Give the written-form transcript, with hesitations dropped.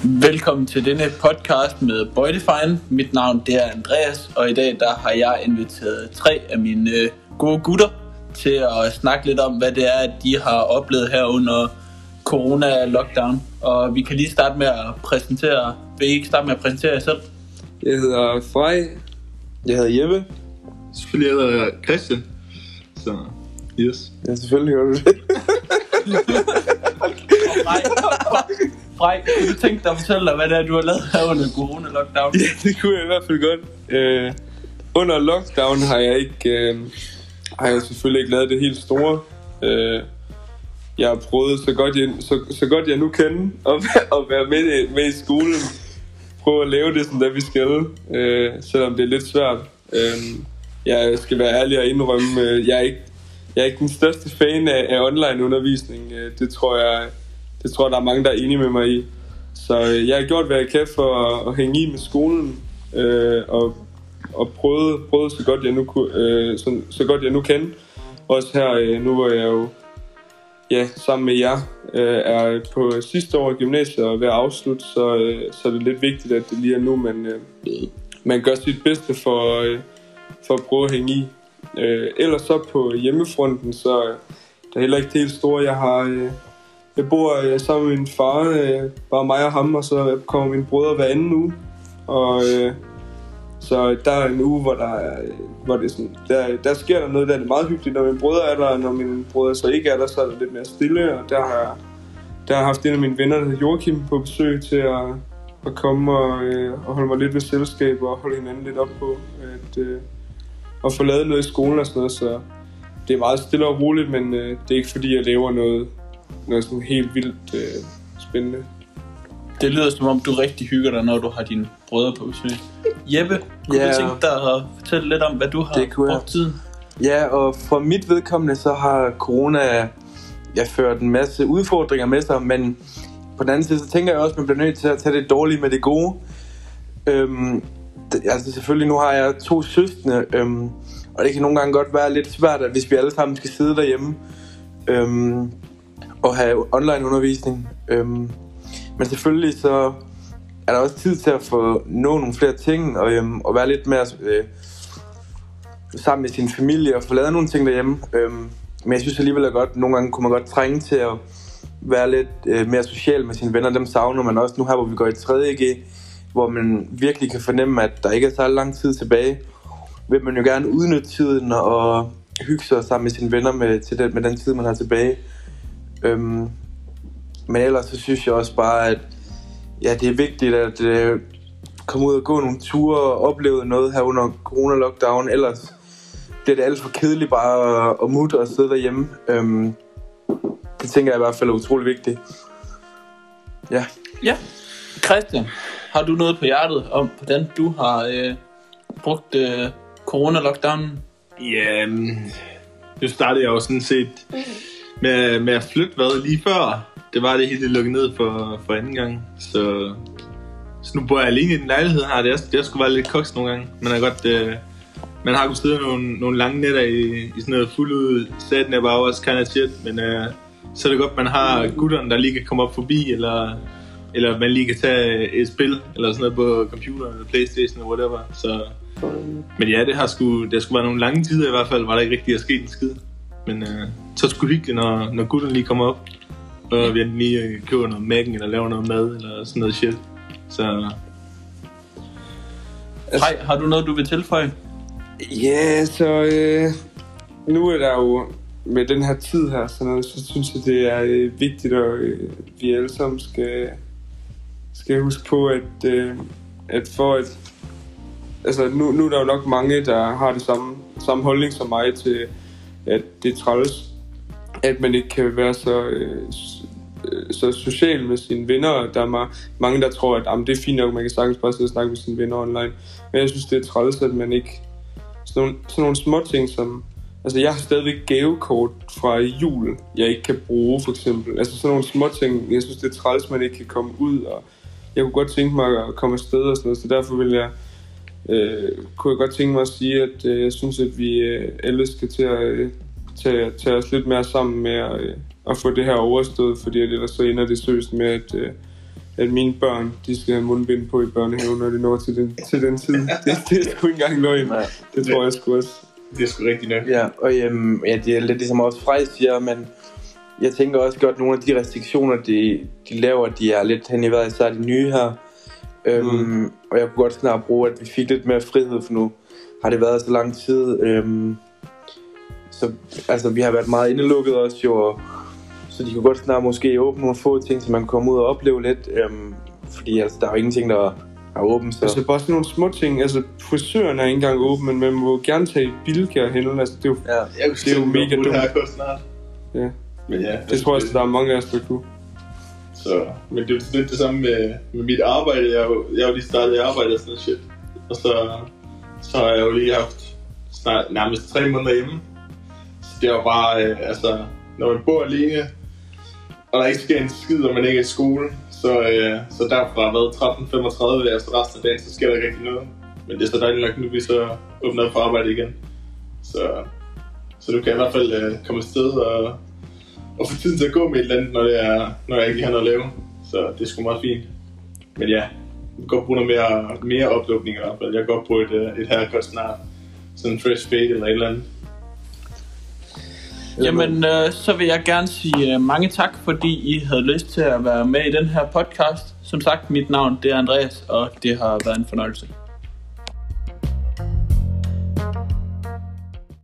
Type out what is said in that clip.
Velkommen til denne podcast med Boydefine. Mit navn det er Andreas, og i dag der har jeg inviteret 3 af mine gode gutter til at snakke lidt om, hvad det er, at de har oplevet her under corona-lockdown. Og vi kan lige starte med at præsentere. Vil I ikke starte med at præsentere jer selv? Jeg hedder Frej. Jeg hedder Jeppe. Selvfølgelig hedder jeg Christian. Så, yes. Ja, selvfølgelig gør du det. Frej, kunne du tænke dig at fortælle dig, hvad det er, du har lavet her under corona-lockdown? Ja, det kunne jeg i hvert fald godt. Under lockdown har jeg selvfølgelig ikke lavet det helt store. Jeg har prøvet så godt jeg nu kan at være med i skolen. Prøve at lave det, som vi skal, selvom det er lidt svært. Jeg skal være ærlig og indrømme, jeg er ikke den største fan af online undervisning. Det tror jeg, der er mange, der er enige med mig i. Så jeg har gjort, hvad jeg kan for at hænge i med skolen, og prøvet så godt jeg nu kan. Også her, nu hvor jeg jo sammen med jer er på sidste år i gymnasiet og ved at afslutte, så er det lidt vigtigt, at det lige er nu, man gør sit bedste for at prøve at hænge i. Ellers så på hjemmefronten, så der er heller ikke det helt store. Jeg bor sammen med min far, bare mig og ham, og så kommer mine brødre hver anden uge. Og så der er en uge, hvor det er sådan, der sker der noget, der er det meget hyggeligt, når mine brødre er der, og når mine brødre så ikke er der, så er det lidt mere stille. Og der har jeg haft en af mine venner, der hedder Joachim, på besøg til at komme og holde mig lidt ved selskab og holde hinanden lidt op på at få lavet noget i skolen og sådan noget. Så det er meget stille og roligt, men det er ikke fordi, jeg laver noget sådan helt vildt spændende. Det lyder som om, du rigtig hygger dig, når du har dine brødre på besøg. Jeppe, kunne du tænke dig at fortælle lidt om, hvad du har brugt tiden? Ja, og for mit vedkommende, så har corona ført en masse udfordringer med sig, men på den anden side, så tænker jeg også, at man bliver nødt til at tage det dårlige med det gode. Altså selvfølgelig, nu har jeg 2 søskende, og det kan nogle gange godt være lidt svært, at hvis vi alle sammen skal sidde derhjemme og have online undervisning. Men selvfølgelig så er der også tid til at få nå nogle flere ting og være lidt mere sammen med sin familie og få lavet nogle ting derhjemme. Men jeg synes alligevel at godt, nogle gange kunne man godt trænge til at være lidt mere social med sine venner. Dem savner man også nu her, hvor vi går i 3.G, hvor man virkelig kan fornemme, at der ikke er så lang tid tilbage. Vil man jo gerne udnytte tiden og hygge sig sammen med sine venner med den tid, man har tilbage. Men ellers så synes jeg også bare, at det er vigtigt at komme ud og gå nogle ture og opleve noget her under corona-lockdown. Ellers bliver det alt for kedeligt bare at mutte og sidde derhjemme. Det tænker jeg i hvert fald er utrolig vigtigt. Ja. Christian, har du noget på hjertet om, hvordan du har brugt corona-lockdownen? Ja, nu startede jeg jo sådan set med at flytte lige før. Det var det hele lukket ned for anden gang. Så nu bor jeg alene i den lejlighed her. Det skulle være lidt koks nogle gange. Man har kunnet sidde nogle lange nætter i sådan noget fuld ud sat nap hours kind of shit. Men så er det godt, man har gutterne, der lige kan komme op forbi, eller man lige kan tage et spil eller sådan noget på computeren eller Playstation eller whatever. Så, men ja, det skulle være nogle lange tider i hvert fald, var der ikke rigtig at ske en skid. Men så er det sgu hyggeligt, når gutterne lige kommer op, og vi lige køber noget mækken eller laver noget mad eller sådan noget shit. Så Hej, har du noget du vil tilføje? Ja, så nu er der jo med den her tid her, så synes jeg det er vigtigt, at vi alle sammen skal huske på, at for at altså nu er der jo nok mange, der har det samme holdning som mig til, at det er træls, at man ikke kan være så social med sine venner. Der er mange, der tror, at det er fint nok, man kan sagtens bare sidde og snakke med sine venner online. Men jeg synes, det er træls, at man ikke sådan nogle små ting som, altså jeg har stadigvæk gavekort fra jul, jeg ikke kan bruge for eksempel. Altså sådan nogle små ting, jeg synes, det er træls, man ikke kan komme ud, og jeg kunne godt tænke mig at komme afsted og sådan noget, så derfor kunne jeg godt tænke mig at sige, at jeg synes, at vi alle skal til at tage os lidt mere sammen med at få det her overstået, fordi ellers så ender det seriøst med, at mine børn, de skal have mundbind på i børnehaven, når de når til den tid. Det er sgu ikke engang løgn. Det tror jeg sgu også. Det er sgu rigtig nok. Ja, og det er lidt ligesom også Frej siger, men jeg tænker også godt, at nogle af de restriktioner, de laver, de er lidt hen i vejret, især de nye her. Og jeg kunne godt snart bruge, at vi fik lidt mere frihed, for nu har det været så lang tid. Så altså, vi har været meget indelukket også jo, så de kunne godt snart måske åbne nogle få ting, så man kan komme ud og opleve lidt. Fordi altså, der er jo ingenting, der er åbent. Så. Altså bare sådan nogle små ting. Altså frisøren er ikke engang åben, men man må gerne tage i Bilka hen. Altså, det er jo, det er jo mega dumt. Ja. Men ja, det tror jeg, der er mange af os, der kunne. Så, men det er lidt det samme med mit arbejde. Jeg har jo lige startet arbejde og sådan noget shit. Og så har jeg jo lige haft snart nærmest 3 måneder hjemme. Så det er jo bare, altså, når man bor alene, og der ikke sker en skid, når man ikke er i skole, så derfra har været 13:35, altså resten af dagen, så sker der ikke rigtig noget. Men det er så dejligt nok, nu vi så åbner op for arbejde igen. Så du kan i hvert fald komme afsted og få tiden til at gå med et eller andet, når jeg ikke har noget at lave. Så det er sgu meget fint. Men ja, jeg kan godt bruge noget mere oplukning i hvert fald. Jeg kan godt bruge et haircut snart. Sådan en fresh fade eller et eller andet. Jamen, så vil jeg gerne sige mange tak, fordi I havde lyst til at være med i den her podcast. Som sagt, mit navn det er Andreas, og det har været en fornøjelse.